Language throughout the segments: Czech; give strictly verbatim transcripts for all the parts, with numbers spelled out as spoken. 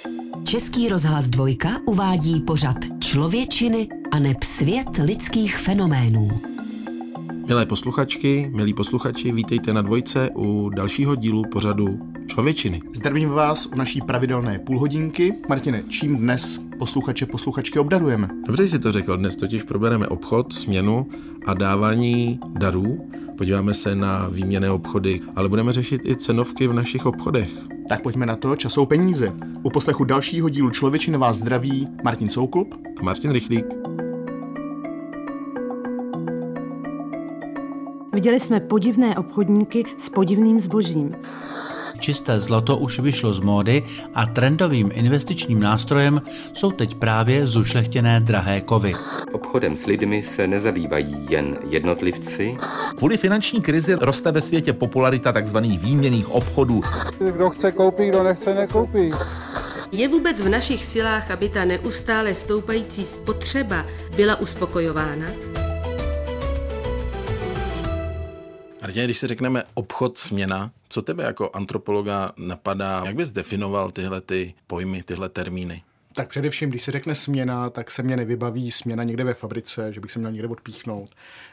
Český rozhlas Dvojka uvádí pořad Člověčiny a neb svět lidských fenoménů. Milé posluchačky, milí posluchači, vítejte na Dvojce u dalšího dílu pořadu Člověčiny. Zdravím vás u naší pravidelné půlhodinky. Martine, čím dnes posluchače, posluchačky obdarujeme? Dobře jsi to řekl, dnes totiž probereme obchod, směnu a dávání darů. Podíváme se na výměnné obchody, ale budeme řešit i cenovky v našich obchodech. Tak pojďme na to, čas jsou peníze. U poslechu dalšího dílu Člověčiny vás zdraví Martin Soukup a Martin Rychlík. Viděli jsme podivné obchodníky s podivným zbožím. Čisté zlato už vyšlo z módy a trendovým investičním nástrojem jsou teď právě zušlechtěné drahé kovy. Obchodem s lidmi se nezabývají jen jednotlivci. Kvůli finanční krizi roste ve světě popularita tzv. Výměnných obchodů. Kdo chce koupí, kdo nechce nekoupí. Je vůbec v našich silách, aby ta neustále stoupající spotřeba byla uspokojována? Martin, když si řekneme obchod, směna, co tebe jako antropologa napadá? Jak bys definoval tyhle ty pojmy, tyhle termíny? Tak především, když se řekne směna, tak se mě nevybaví směna někde ve fabrice, že bych se měl někde odpíchnout,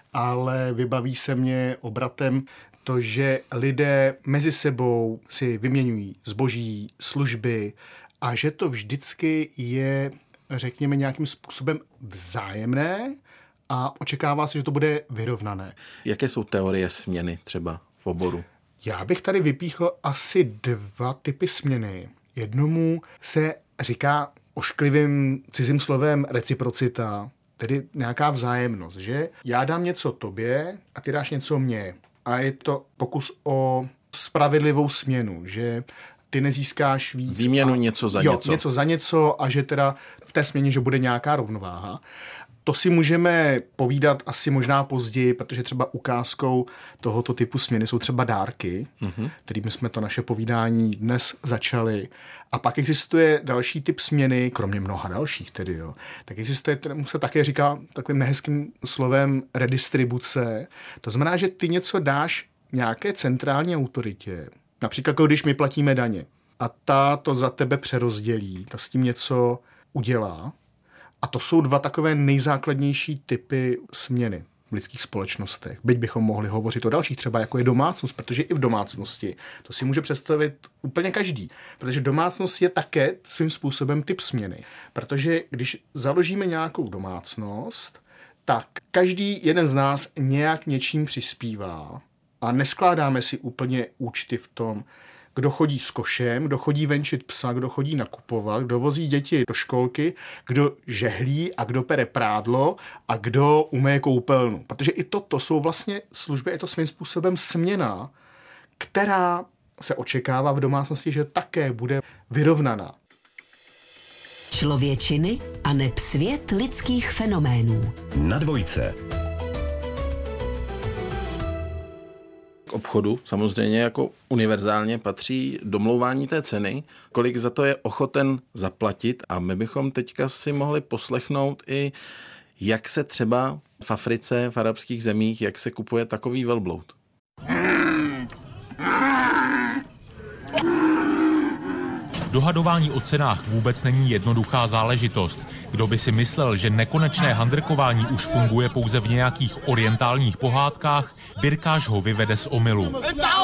ale vybaví se mě obratem to, že lidé mezi sebou si vyměňují zboží, služby a že to vždycky je, řekněme, nějakým způsobem vzájemné a očekává se, že to bude vyrovnané. Jaké jsou teorie směny třeba v oboru? Já bych tady vypíchl asi dva typy směny. Jednomu se říká ošklivým cizím slovem reciprocita, tedy nějaká vzájemnost, že já dám něco tobě a ty dáš něco mně. A je to pokus o spravedlivou směnu, že ty nezískáš víc. Výměnu a, něco za jo, něco. něco za něco a že teda v té směně, že bude nějaká rovnováha. To si můžeme povídat asi možná později, protože třeba ukázkou tohoto typu směny jsou třeba dárky, mm-hmm. kterými jsme to naše povídání dnes začali. A pak existuje další typ směny, kromě mnoha dalších tedy, jo, tak existuje, kterému se také říká takovým nehezkým slovem redistribuce. To znamená, že ty něco dáš nějaké centrální autoritě, například když my platíme daně a ta to za tebe přerozdělí, ta s tím něco udělá. A to jsou dva takové nejzákladnější typy směny v lidských společnostech. Byť bychom mohli hovořit o dalších, třeba jako je domácnost, protože i v domácnosti to si může představit úplně každý. Protože domácnost je také svým způsobem typ směny. Protože když založíme nějakou domácnost, tak každý jeden z nás nějak něčím přispívá a neskládáme si úplně účty v tom, kdo chodí s košem, kdo chodí venčit psa, kdo chodí nakupovat, kdo vozí děti do školky, kdo žehlí a kdo pere prádlo a kdo umeje koupelnu. Protože i toto jsou vlastně služby, je to svým způsobem směna, která se očekává v domácnosti, že také bude vyrovnaná. Člověčiny a neb svět lidských fenoménů. Na Dvojce. K obchodu samozřejmě jako univerzálně patří domlouvání té ceny, kolik za to je ochoten zaplatit a my bychom teďka si mohli poslechnout i, jak se třeba v Africe, v arabských zemích, jak se kupuje takový velbloud. Dohadování o cenách vůbec není jednoduchá záležitost. Kdo by si myslel, že nekonečné handrkování už funguje pouze v nějakých orientálních pohádkách, Birkáš ho vyvede z omylu.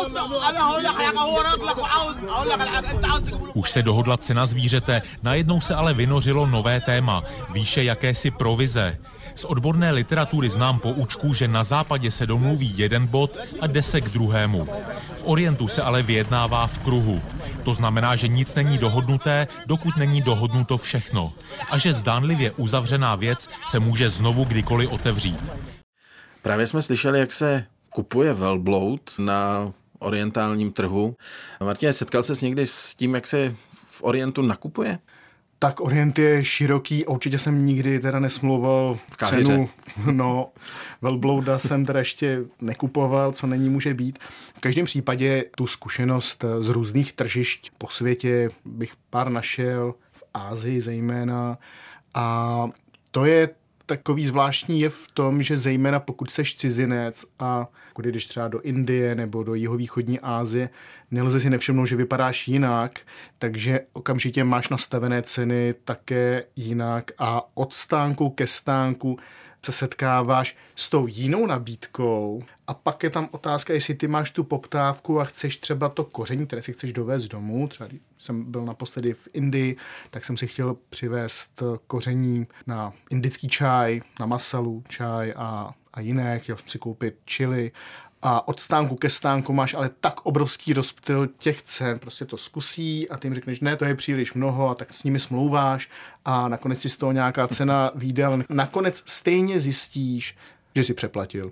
Už se dohodla cena zvířete, najednou se ale vynořilo nové téma, výše jakési provize. Z odborné literatury znám poučku, že na západě se domluví jeden bod a jde se k druhému. V Orientu se ale vyjednává v kruhu. To znamená, že nic není dohodnuté, dokud není dohodnuto všechno. A že zdánlivě uzavřená věc se může znovu kdykoliv otevřít. Právě jsme slyšeli, jak se kupuje velbloud na orientálním trhu. Martin, setkal ses někdy s tím, jak se v Orientu nakupuje? Tak Orient je široký, určitě jsem nikdy teda nesmlouval cenu, no, velblouda jsem teda ještě nekupoval, co není může být. V každém případě tu zkušenost z různých tržišť po světě bych pár našel, v Asii zejména, a to je takový zvláštní je v tom, že zejména pokud seš cizinec a když jdeš třeba do Indie nebo do jihovýchodní Asie, nelze si nevšimnout, že vypadáš jinak, takže okamžitě máš nastavené ceny také jinak a od stánku ke stánku se setkáváš s tou jinou nabídkou a pak je tam otázka, jestli ty máš tu poptávku a chceš třeba to koření, které si chceš dovést domů. Třeba když jsem byl naposledy v Indii, tak jsem si chtěl přivést koření na indický čaj, na masalu čaj a, a jiné. Chtěl jsem si koupit chili. A od stánku ke stánku máš ale tak obrovský rozptyl těch cen, prostě to zkusí a ty jim řekneš, ne, to je příliš mnoho a tak s nimi smlouváš a nakonec si z toho nějaká cena vyjde, ale nakonec stejně zjistíš, že jsi přeplatil.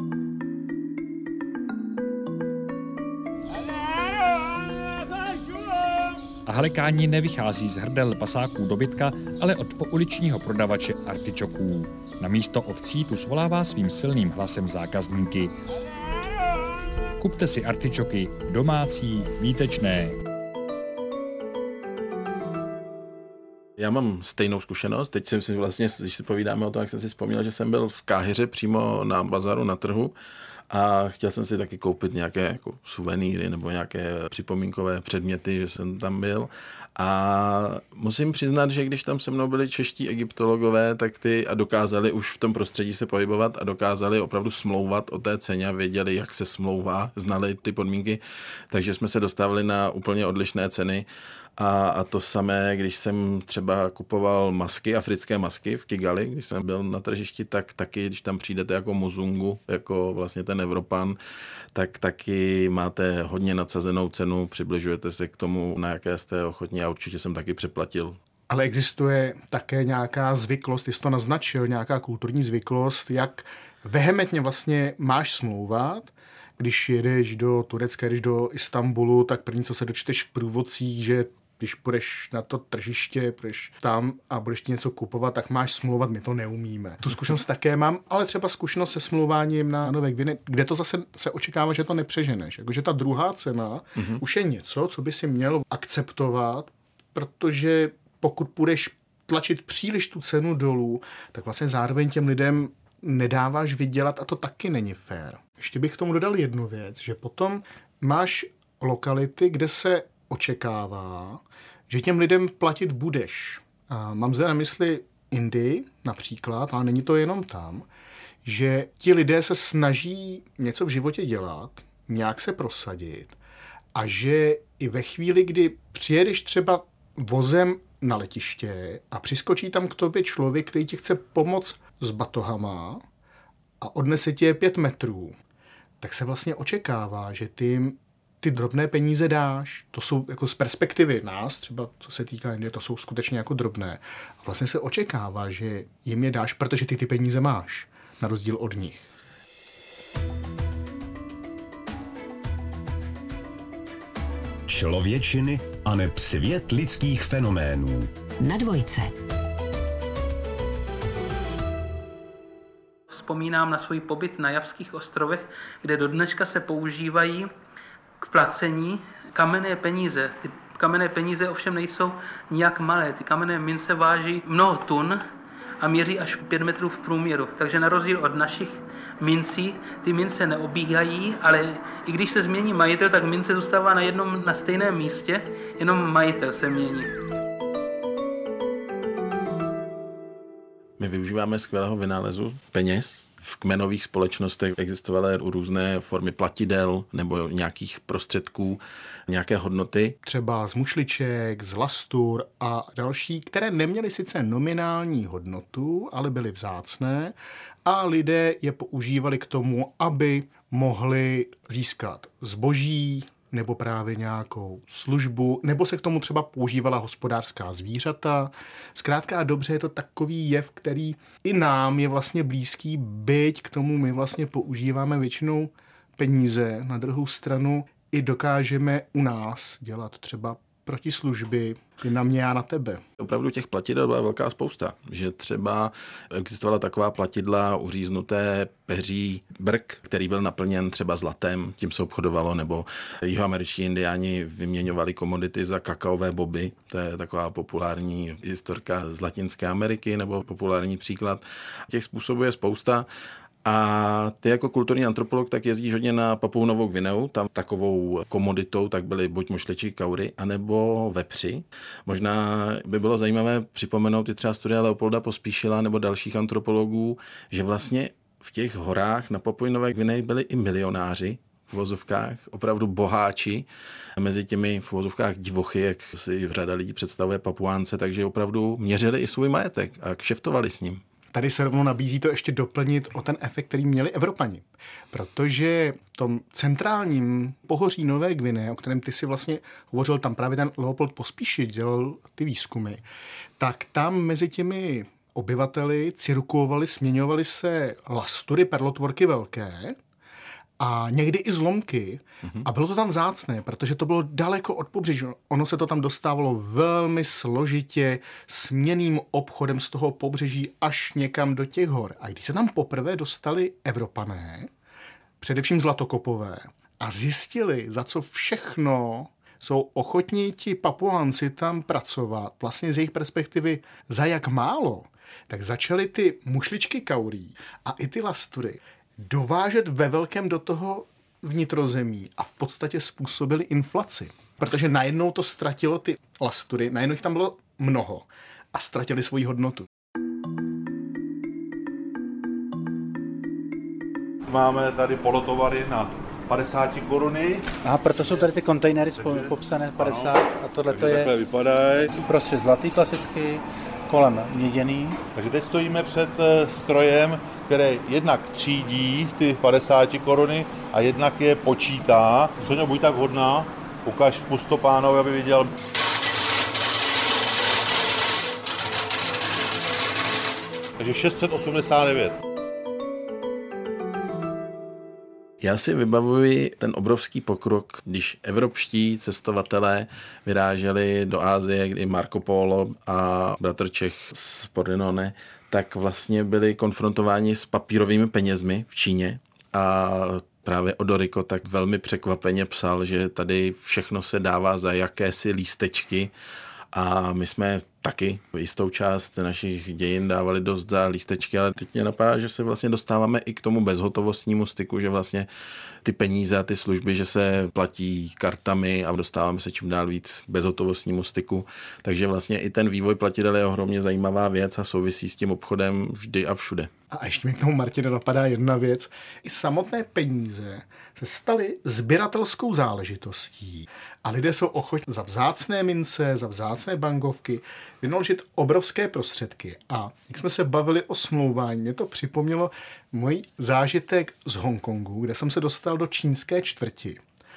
A halekání nevychází z hrdel pasáků dobytka, ale od pouličního prodavače artičoků. Na místo ovcí tu svolává svým silným hlasem zákazníky. Kupte si artičoky, domácí, výtečné. Já mám stejnou zkušenost. Teď jsem si vlastně, když si povídáme o tom, jak jsem si vzpomněl, že jsem byl v Káhiře přímo na bazaru, na trhu a chtěl jsem si taky koupit nějaké jako suvenýry nebo nějaké připomínkové předměty, že jsem tam byl. A musím přiznat, že když tam se mnou byli čeští egyptologové, tak ty a dokázali už v tom prostředí se pohybovat a dokázali opravdu smlouvat o té ceně a věděli, jak se smlouvá, znali ty podmínky, takže jsme se dostávali na úplně odlišné ceny. A, a to samé, když jsem třeba kupoval masky, africké masky v Kigali, když jsem byl na tržišti, tak taky, když tam přijdete jako Muzungu, jako vlastně ten Evropan, tak taky máte hodně nadsazenou cenu, přibližujete se k tomu, na jaké jste ochotní a určitě jsem taky přeplatil. Ale existuje také nějaká zvyklost, ty jsi to naznačil, nějaká kulturní zvyklost, jak vehementně vlastně máš smlouvat. Když jedeš do Turecka, jedeš do Istanbulu, tak první, co se dočteš v průvodcích, že když půjdeš na to tržiště, půjdeš tam a budeš ti něco kupovat, tak máš smlouvat, my to neumíme. Tu zkušenost také mám, ale třeba zkušenost se smlouváním na nové kviny, kde to zase se očekává, že to nepřeženeš. Jakože ta druhá cena mm-hmm. už je něco, co by si měl akceptovat, protože pokud půjdeš tlačit příliš tu cenu dolů, tak vlastně zároveň těm lidem nedáváš vydělat a to taky není fér. Ještě bych k tomu dodal jednu věc, že potom máš lokality, kde se očekává, že těm lidem platit budeš. A mám zde na mysli Indii například, ale není to jenom tam, že ti lidé se snaží něco v životě dělat, nějak se prosadit a že i ve chvíli, kdy přijedeš třeba vozem na letiště a přiskočí tam k tobě člověk, který ti chce pomoct s batohama a odnese ti je pět metrů, tak se vlastně očekává, že ty ty drobné peníze dáš. To jsou jako z perspektivy nás, třeba co se týká Indie, to jsou skutečně jako drobné. A vlastně se očekává, že jim je dáš, protože ty ty peníze máš, na rozdíl od nich. Člověčiny aneb svět lidských fenoménů. Na dvojce. Vzpomínám na svůj pobyt na Javských ostrovech, kde do dneška se používají k placení kamenné peníze. Ty kamenné peníze ovšem nejsou nijak malé. Ty kamenné mince váží mnoho tun a měří až pět metrů v průměru. Takže na rozdíl od našich mincí, ty mince neobíhají, ale i když se změní majitel, tak mince zůstává na jednom, na stejném místě, jenom majitel se mění. My využíváme skvělého vynálezu peněz. V kmenových společnostech existovaly různé formy platidel nebo nějakých prostředků, nějaké hodnoty. Třeba z mušliček, z lastur a další, které neměly sice nominální hodnotu, ale byly vzácné a lidé je používali k tomu, aby mohli získat zboží, nebo právě nějakou službu, nebo se k tomu třeba používala hospodářská zvířata. Zkrátka a dobře je to takový jev, který i nám je vlastně blízký, byť k tomu my vlastně používáme většinou peníze. Na druhou stranu i dokážeme u nás dělat třeba protislužby, ty na mě, já na tebe. Opravdu těch platidel byla velká spousta, že třeba existovala taková platidla uříznuté peří brk, který byl naplněn třeba zlatem, tím se obchodovalo, nebo jihoameričtí indiáni vyměňovali komodity za kakaové boby, to je taková populární historka z Latinské Ameriky, nebo populární příklad. Těch způsobů je spousta. A ty jako kulturní antropolog tak jezdíš hodně na Papuu Novou Gvineu, tam takovou komoditou tak byly buď mušličí kaury, anebo vepři. Možná by bylo zajímavé připomenout i třeba studia Leopolda Pospíšila nebo dalších antropologů, že vlastně v těch horách na Papui Nové Gvineji byli i milionáři, v uvozovkách, opravdu boháči, mezi těmi v uvozovkách divochy, jak si řada lidí představuje Papuánce, takže opravdu měřili i svůj majetek a kšeftovali s ním. Tady se rovnou nabízí to ještě doplnit o ten efekt, který měli Evropani. Protože v tom centrálním pohoří Nové Gvineje, o kterém ty si vlastně hovořil, tam právě ten Leopold Pospíšil dělal ty výzkumy, tak tam mezi těmi obyvateli cirkulovaly, směňovaly se lastury, perlotvorky velké, a někdy i zlomky. Mm-hmm. A bylo to tam vzácné, protože to bylo daleko od pobřeží. Ono se to tam dostávalo velmi složitě směnným obchodem z toho pobřeží až někam do těch hor. A když se tam poprvé dostali Evropané, především zlatokopové, a zjistili, za co všechno jsou ochotní ti Papuánci tam pracovat, vlastně z jejich perspektivy za jak málo, tak začaly ty mušličky kaurí a i ty lastury dovážet ve velkém do toho vnitrozemí a v podstatě způsobili inflaci. Protože najednou to ztratilo ty lastury, najednou jich tam bylo mnoho a ztratili svoji hodnotu. Máme tady polotovary na padesát koruny. Aha, proto jsou tady ty kontejnery popsané padesát, ano, a tohle to je takhle vypadají. Uprostřed zlatý klasický, kolem měděný. Takže teď stojíme před strojem, který jednak třídí ty padesát koruny a jednak je počítá. Soňo, buď tak hodná, ukaž pustopánovi, aby viděl. Takže šest set osmdesát devět. Já si vybavuji ten obrovský pokrok, když evropští cestovatelé vyráželi do Asie, kdy Marco Polo a bratr Čech z Pordenone, tak vlastně byli konfrontováni s papírovými penězmi v Číně a právě Odorico tak velmi překvapeně psal, že tady všechno se dává za jakési lístečky a my jsme taky jistou část našich dějin dávali dost za lístečky, ale teď mě napadá, že se vlastně dostáváme i k tomu bezhotovostnímu styku, že vlastně ty peníze a ty služby, že se platí kartami a dostáváme se čím dál víc k bezhotovostnímu styku. Takže vlastně i ten vývoj platidel je ohromně zajímavá věc a souvisí s tím obchodem vždy a všude. A ještě mi k tomu, Martine, napadá jedna věc. I samotné peníze se staly sběratelskou záležitostí a lidé jsou ochotní za vzácné mince, za vzácné bankovky vynaložit obrovské prostředky. A jak jsme se bavili o smlouvání, mě to připomnělo můj zážitek z Hongkongu, kde jsem se dostal do čínské čtvrti.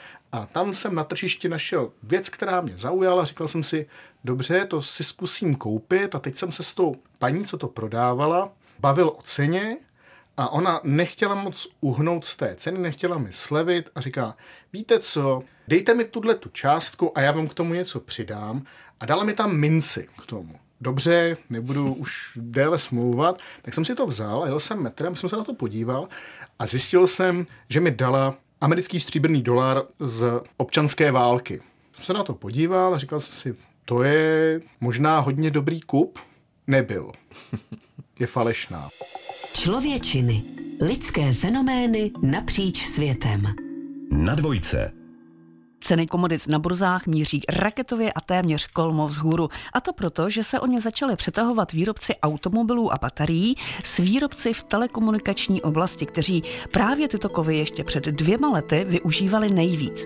A tam jsem na tržišti našel věc, která mě zaujala. Říkal jsem si, dobře, to si zkusím koupit. A teď jsem se s tou paní, co to prodávala, bavil o ceně a ona nechtěla moc uhnout z té ceny, nechtěla mi slevit a říká, víte co, dejte mi tuhle tu částku a já vám k tomu něco přidám. A dala mi tam minci k tomu. Dobře, nebudu už déle smlouvat, tak jsem si to vzal a jel jsem metrem, jsem se na to podíval a zjistil jsem, že mi dala americký stříbrný dolar z občanské války. Jsem se na to podíval a říkal jsem si, to je možná hodně dobrý kup. Nebyl. Je falešná. Člověčiny. Lidské fenomény napříč světem. Na dvojce. Ceny komodit na burzách míří raketově a téměř kolmo vzhůru. A to proto, že se o ně začaly přetahovat výrobci automobilů a baterií s výrobci v telekomunikační oblasti, kteří právě tyto kovy ještě před dvěma lety využívali nejvíc.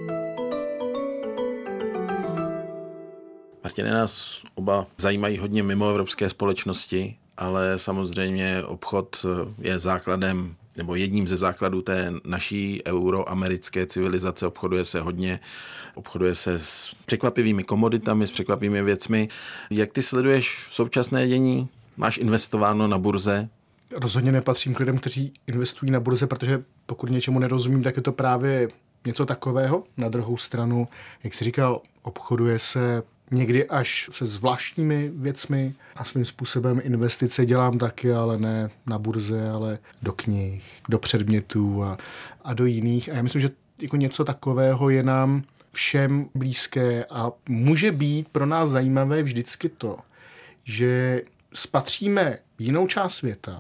Martine, nás oba zajímají hodně mimoevropské společnosti, ale samozřejmě obchod je základem nebo jedním ze základů té naší euroamerické civilizace. Obchoduje se hodně, obchoduje se s překvapivými komoditami, s překvapivými věcmi. Jak ty sleduješ současné dění? Máš investováno na burze? Rozhodně nepatřím k lidem, kteří investují na burze, protože pokud něčemu nerozumím, tak je to právě něco takového. Na druhou stranu, jak jsi říkal, obchoduje se někdy až se zvláštními věcmi a svým způsobem investice dělám taky, ale ne na burze, ale do knih, do předmětů a, a do jiných. A já myslím, že jako něco takového je nám všem blízké a může být pro nás zajímavé vždycky to, že spatříme jinou část světa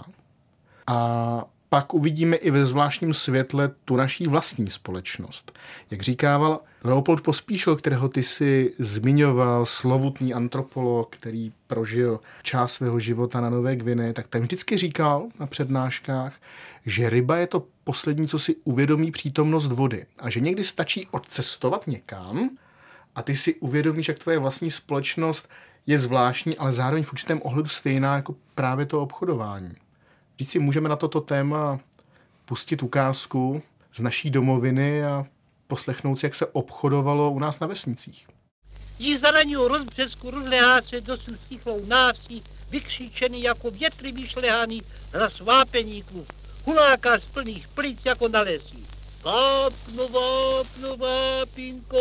a pak uvidíme i ve zvláštním světle tu naší vlastní společnost. Jak říkával Leopold Pospíšil, kterého ty si zmiňoval, slovutný antropolog, který prožil část svého života na Nové Gvineji, tak ten vždycky říkal na přednáškách, že ryba je to poslední, co si uvědomí přítomnost vody. A že někdy stačí odcestovat někam a ty si uvědomíš, jak tvoje vlastní společnost je zvláštní, ale zároveň v určitém ohledu stejná jako právě to obchodování. Vždyť si můžeme na toto téma pustit ukázku z naší domoviny a poslechnout si, jak se obchodovalo u nás na vesnicích. Jí zaraňují rozbřesku rozleháce dosud stichlou návsí, vykřičený jako větry vyšlehaný hlas vápeníků, huláka z plných plic jako na lesí. Vápno, vápno, vápinko.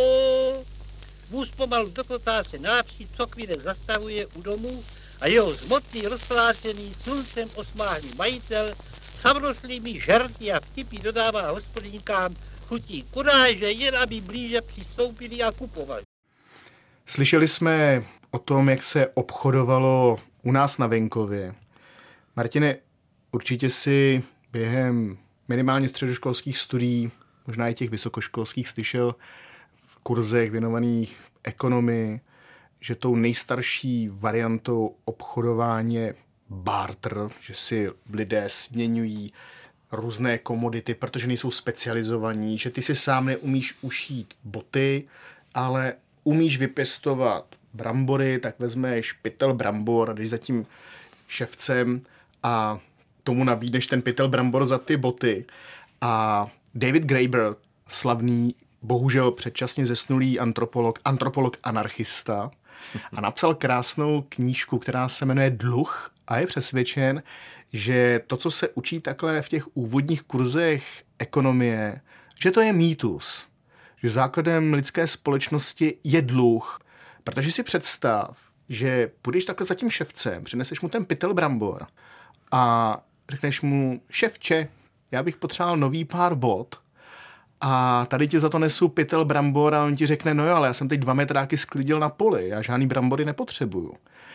Vůz pomalu dokotá se návší, co chvíle zastavuje u domu a jeho zmotný, rozslácený, sluncem osmáhlý majitel s avrostlými žerty a vtipy dodává hospodyňkám chutí kuráže, jen aby blíže přistoupili a kupovali. Slyšeli jsme o tom, jak se obchodovalo u nás na venkově. Martine, určitě si během minimálně středoškolských studií, možná i těch vysokoškolských, slyšel v kurzech věnovaných ekonomii, že tou nejstarší variantou obchodování je barter, že si lidé směňují různé komodity, protože nejsou specializovaní, že ty si sám neumíš ušít boty, ale umíš vypěstovat brambory, tak vezmeš pytel brambor a jdeš za tím ševcem a tomu nabídneš ten pytel brambor za ty boty. A David Graeber, slavný, bohužel předčasně zesnulý antropolog, antropolog anarchista, a napsal krásnou knížku, která se jmenuje Dluh a je přesvědčen, že to, co se učí takhle v těch úvodních kurzech ekonomie, že to je mýtus, že základem lidské společnosti je dluh. Protože si představ, že půjdeš takhle za tím ševcem, přineseš mu ten pytel brambor a řekneš mu, ševče, já bych potřeboval nový pár bot a tady ti za to nesu pytel brambor a on ti řekne, no jo, ale já jsem teď dva metráky sklidil na poli, já žádný brambory nepotřebuju.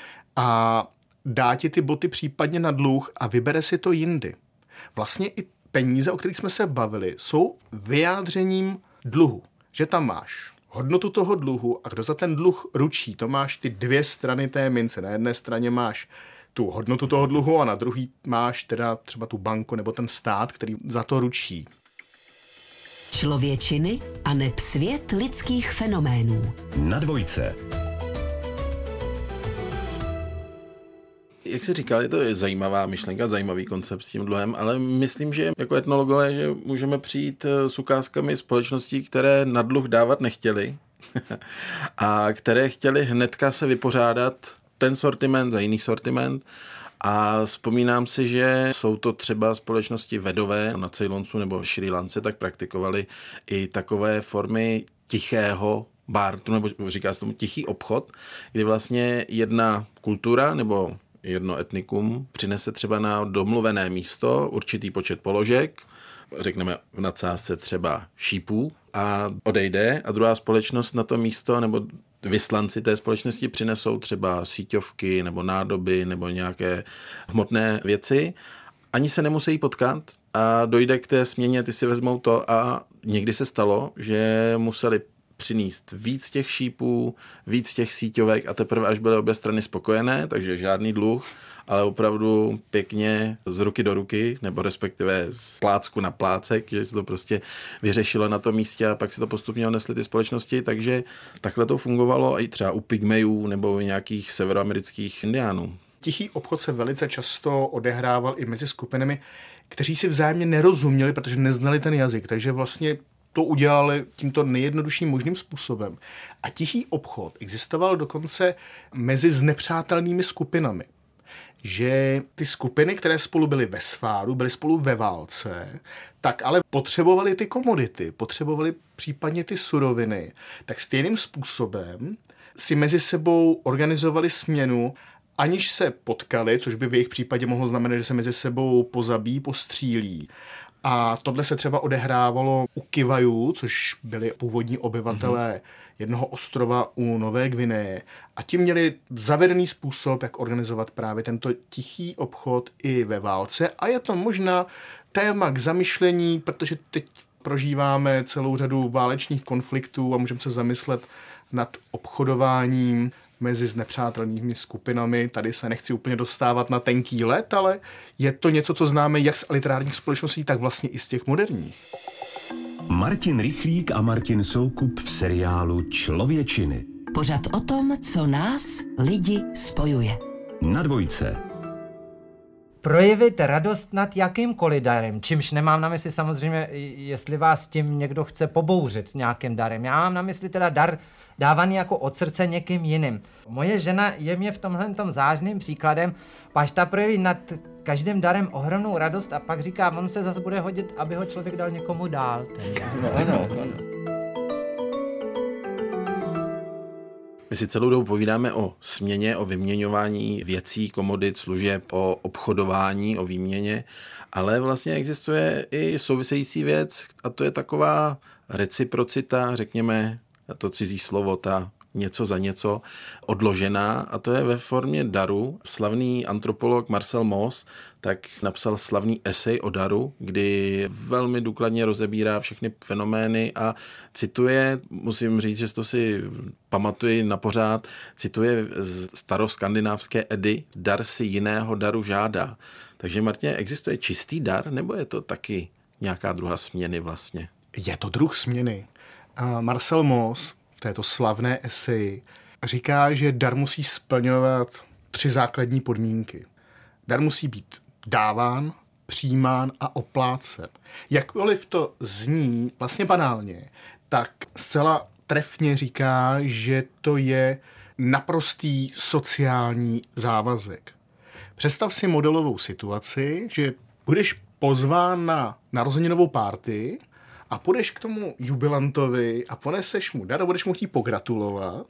A dá ti ty boty případně na dluh a vybere si to jindy. Vlastně i peníze, o kterých jsme se bavili, jsou vyjádřením dluhu. Že tam máš hodnotu toho dluhu a kdo za ten dluh ručí, to máš ty dvě strany té mince. Na jedné straně máš tu hodnotu toho dluhu a na druhý máš teda třeba tu banku nebo ten stát, který za to ručí. Člověčiny a neb svět lidských fenoménů. Na dvojce. Jak jsi říkal, je to zajímavá myšlenka, zajímavý koncept s tím dluhem, ale myslím, že jako etnologové, že můžeme přijít s ukázkami společností, které na dluh dávat nechtěli a které chtěli hnedka se vypořádat ten sortiment za jiný sortiment. A vzpomínám si, že jsou to třeba společnosti vedové na Ceyloncu nebo Šrí Lance, tak praktikovali i takové formy tichého barteru, nebo říká se tomu tichý obchod, kdy vlastně jedna kultura nebo jedno etnikum přinese třeba na domluvené místo určitý počet položek, řekneme v nadsázce třeba šípů a odejde a druhá společnost na to místo nebo vyslanci té společnosti přinesou třeba síťovky nebo nádoby nebo nějaké hmotné věci. Ani se nemusí potkat a dojde k té směně, ty si vezmou to a někdy se stalo, že museli přinést víc těch šípů, víc těch síťovek a teprve až byly obě strany spokojené, takže žádný dluh, ale opravdu pěkně z ruky do ruky, nebo respektive z plácku na plácek, že se to prostě vyřešilo na tom místě a pak se to postupně odnesly ty společnosti, takže takhle to fungovalo i třeba u pygmejů nebo u nějakých severoamerických indiánů. Tichý obchod se velice často odehrával i mezi skupinami, kteří si vzájemně nerozuměli, protože neznali ten jazyk, takže vlastně to udělali tímto nejjednodušším možným způsobem. A tichý obchod existoval dokonce mezi znepřátelnými skupinami. Že ty skupiny, které spolu byly ve sváru, byly spolu ve válce, tak ale potřebovali ty komodity, potřebovali případně ty suroviny. Tak stejným způsobem si mezi sebou organizovali směnu, aniž se potkali, což by v jejich případě mohlo znamenat, že se mezi sebou pozabíjí, postřílí. A tohle se třeba odehrávalo u Kivajů, což byli původní obyvatelé mm-hmm. jednoho ostrova u Nové Gvineje. A ti měli zavedený způsob, jak organizovat právě tento tichý obchod i ve válce. A je to možná téma k zamyšlení, protože teď prožíváme celou řadu válečných konfliktů a můžeme se zamyslet nad obchodováním mezi znepřátelnými skupinami. Tady se nechci úplně dostávat na tenký led, ale je to něco, co známe jak z literárních společností, tak vlastně i z těch moderních. Martin Rychlík a Martin Soukup v seriálu Člověčiny. Pořad o tom, co nás, lidi, spojuje. Na Dvojce. Projevit radost nad jakýmkoliv darem, čímž nemám na mysli samozřejmě, jestli vás tím někdo chce pobouřit nějakým darem. Já mám na mysli teda dar dávaný jako od srdce někým jiným. Moje žena je mě v tomhle tom zářným příkladem, paž ta projeví nad každým darem ohromnou radost a pak říká, on se zase bude hodit, aby ho člověk dal někomu dál. No, ano, ano. My si celou dobu povídáme o směně, o vyměňování věcí, komodit, služeb, o obchodování, o výměně, ale vlastně existuje i související věc a to je taková reciprocita, řekněme, to cizí slovo, ta něco za něco odložená a to je ve formě daru. Slavný antropolog Marcel Mauss tak napsal slavný esej o daru, kdy velmi důkladně rozebírá všechny fenomény a cituje, musím říct, že to si pamatuji na pořád, cituje z staroskandinávské Edy, dar si jiného daru žádá. Takže Martine, existuje čistý dar, nebo je to taky nějaká druhá směny vlastně? Je to druh směny. A Marcel Mauss v této slavné eseji říká, že dar musí splňovat tři základní podmínky. Dar musí být dáván, přijímán a oplácen. Jakkoliv to zní vlastně banálně, tak zcela trefně říká, že to je naprostý sociální závazek. Představ si modelovou situaci, že budeš pozván na narozeninovou party a půjdeš k tomu jubilantovi a poneseš mu dar a budeš mu chtít pogratulovat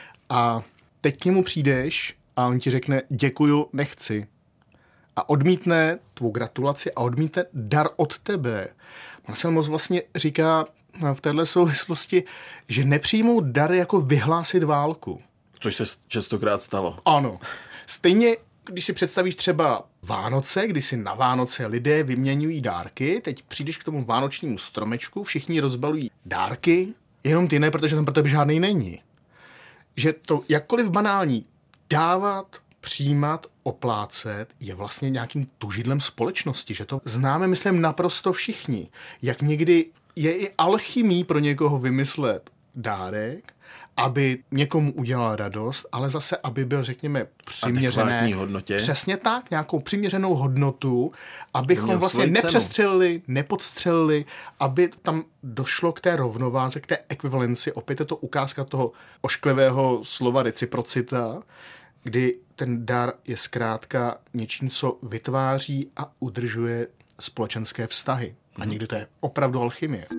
a teď k němu přijdeš a on ti řekne děkuju, nechci. A odmítne tvou gratulaci a odmítne dar od tebe. Marcel Mauss vlastně říká v této souvislosti, že nepřijmou dar jako vyhlásit válku. Což se častokrát stalo. Ano. Stejně, když si představíš třeba Vánoce, kdy si na Vánoce lidé vyměňují dárky, teď přijdeš k tomu vánočnímu stromečku, všichni rozbalují dárky, jenom ty ne, protože tam pro tebe žádnej není. Že to jakkoliv banální dávat, přijímat, oplácet je vlastně nějakým tužidlem společnosti, že to známe, myslím, naprosto všichni. Jak někdy je i alchymí pro někoho vymyslet dárek, aby někomu udělal radost, ale zase, aby byl, řekněme, přiměřené. Hodnotě. Přesně tak, nějakou přiměřenou hodnotu, abychom vlastně nepřestřelili, nepodstřelili, aby tam došlo k té rovnováze, k té ekvivalenci. Opět je to ukázka toho ošklivého slova reciprocita, kdy ten dar je zkrátka něčím, co vytváří a udržuje společenské vztahy. A někdy to je opravdu alchymie.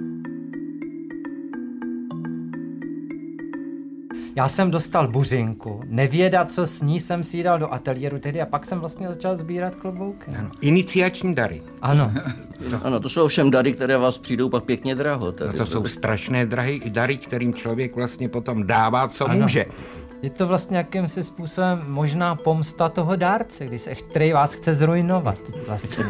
Já jsem dostal buřinku, nevědat, co s ní, jsem si ji dal do ateliéru tehdy a pak jsem vlastně začal sbírat klobouky. Ano, iniciační dary. Ano. No. Ano, to jsou ovšem dary, které vás přijdou pak pěkně draho. Tady. No to jsou strašné drahy, dary, kterým člověk vlastně potom dává, co ano. může. Je to vlastně jakýmsi způsobem možná pomsta toho dárce, když se, který vás chce zrujnovat vlastně.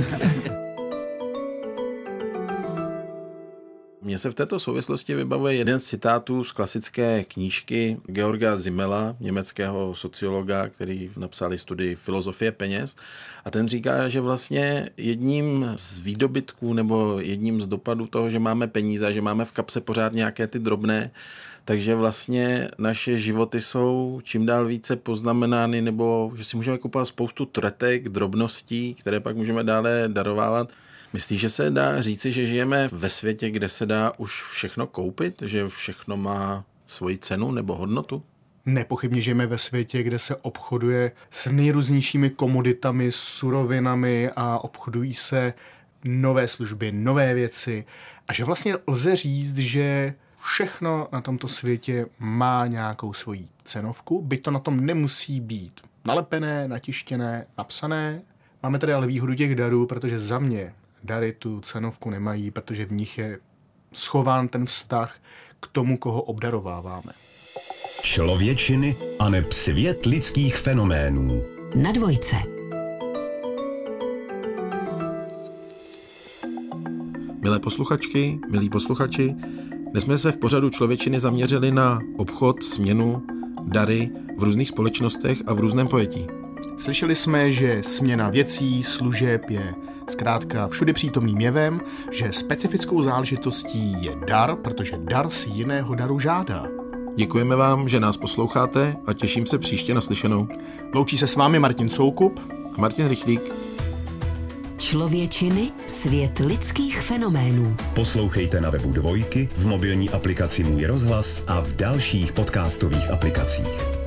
Mně se v této souvislosti vybavuje jeden z citátů z klasické knížky Georga Simmela, německého sociologa, který napsal studii Filozofie peněz. A ten říká, že vlastně jedním z výdobytků nebo jedním z dopadů toho, že máme peníze, že máme v kapse pořád nějaké ty drobné, takže vlastně naše životy jsou čím dál více poznamenány, nebo že si můžeme kupovat spoustu tretek, drobností, které pak můžeme dále darovávat. Myslíš, že se dá říci, že žijeme ve světě, kde se dá už všechno koupit? Že všechno má svoji cenu nebo hodnotu? Nepochybně žijeme ve světě, kde se obchoduje s nejrůznějšími komoditami, surovinami a obchodují se nové služby, nové věci. A že vlastně lze říct, že Všechno na tomto světě má nějakou svoji cenovku, byť to na tom nemusí být nalepené, natištěné, napsané. Máme tady ale výhodu těch darů, protože za mě dary tu cenovku nemají, protože v nich je schován ten vztah k tomu, koho obdarováváme. Člověčiny aneb svět lidských fenoménů. Na dvojce. Milé posluchačky, milí posluchači, dnes jsme se v pořadu Člověčiny zaměřili na obchod, směnu, dary v různých společnostech a v různém pojetí. Slyšeli jsme, že směna věcí, služeb je zkrátka všudy přítomným jevem, že specifickou záležitostí je dar, protože dar si jiného daru žádá. Děkujeme vám, že nás posloucháte a těším se příště na slyšenou. Loučí se s vámi Martin Soukup a Martin Rychlík. Člověčiny, svět lidských fenoménů. Poslouchejte na webu Dvojky, v mobilní aplikaci Můj rozhlas a v dalších podcastových aplikacích.